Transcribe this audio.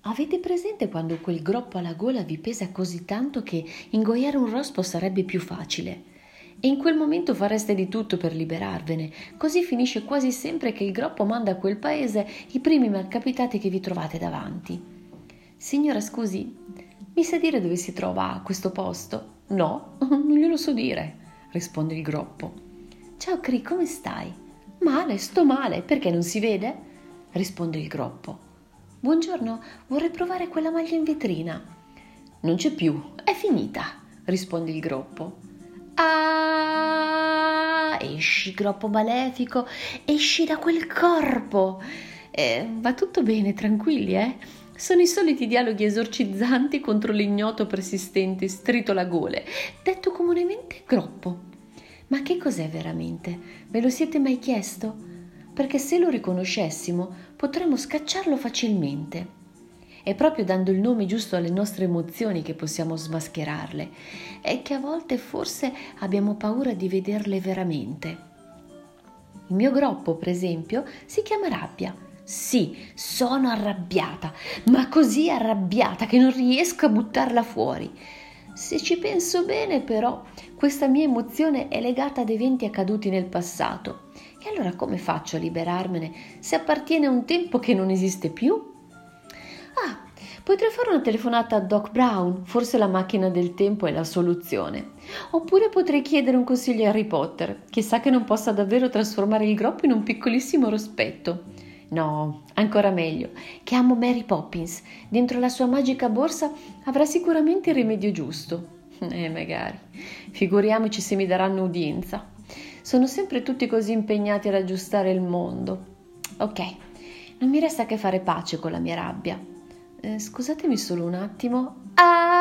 Avete presente quando quel groppo alla gola vi pesa così tanto che ingoiare un rospo sarebbe più facile? E in quel momento fareste di tutto per liberarvene, così finisce quasi sempre che il groppo manda a quel paese i primi malcapitati che vi trovate davanti. Signora, scusi, mi sa dire dove si trova questo posto? No, non glielo so dire, risponde il groppo. Ciao Cri, come stai? Male, sto male, perché non si vede? Risponde il groppo. Buongiorno, vorrei provare quella maglia in vetrina. Non c'è più, è finita, risponde il groppo. Ah, esci, groppo malefico, esci da quel corpo. Va tutto bene, tranquilli, eh? Sono i soliti dialoghi esorcizzanti contro l'ignoto persistente stritolagole, detto comunemente groppo. Ma che cos'è veramente? Ve lo siete mai chiesto? Perché se lo riconoscessimo potremmo scacciarlo facilmente. È proprio dando il nome giusto alle nostre emozioni che possiamo smascherarle. È che a volte forse abbiamo paura di vederle veramente. Il mio groppo, per esempio, si chiama rabbia. Sì, sono arrabbiata, ma così arrabbiata che non riesco a buttarla fuori. Se ci penso bene, però, questa mia emozione è legata ad eventi accaduti nel passato. E allora come faccio a liberarmene se appartiene a un tempo che non esiste più? Ah, potrei fare una telefonata a Doc Brown, forse la macchina del tempo è la soluzione. Oppure potrei chiedere un consiglio a Harry Potter, chissà che non possa davvero trasformare il groppo in un piccolissimo rospetto. No, ancora meglio, chiamo Mary Poppins, dentro la sua magica borsa avrà sicuramente il rimedio giusto. Magari, figuriamoci se mi daranno udienza. Sono sempre tutti così impegnati ad aggiustare il mondo. Ok, non mi resta che fare pace con la mia rabbia. Scusatemi solo un attimo. Ah!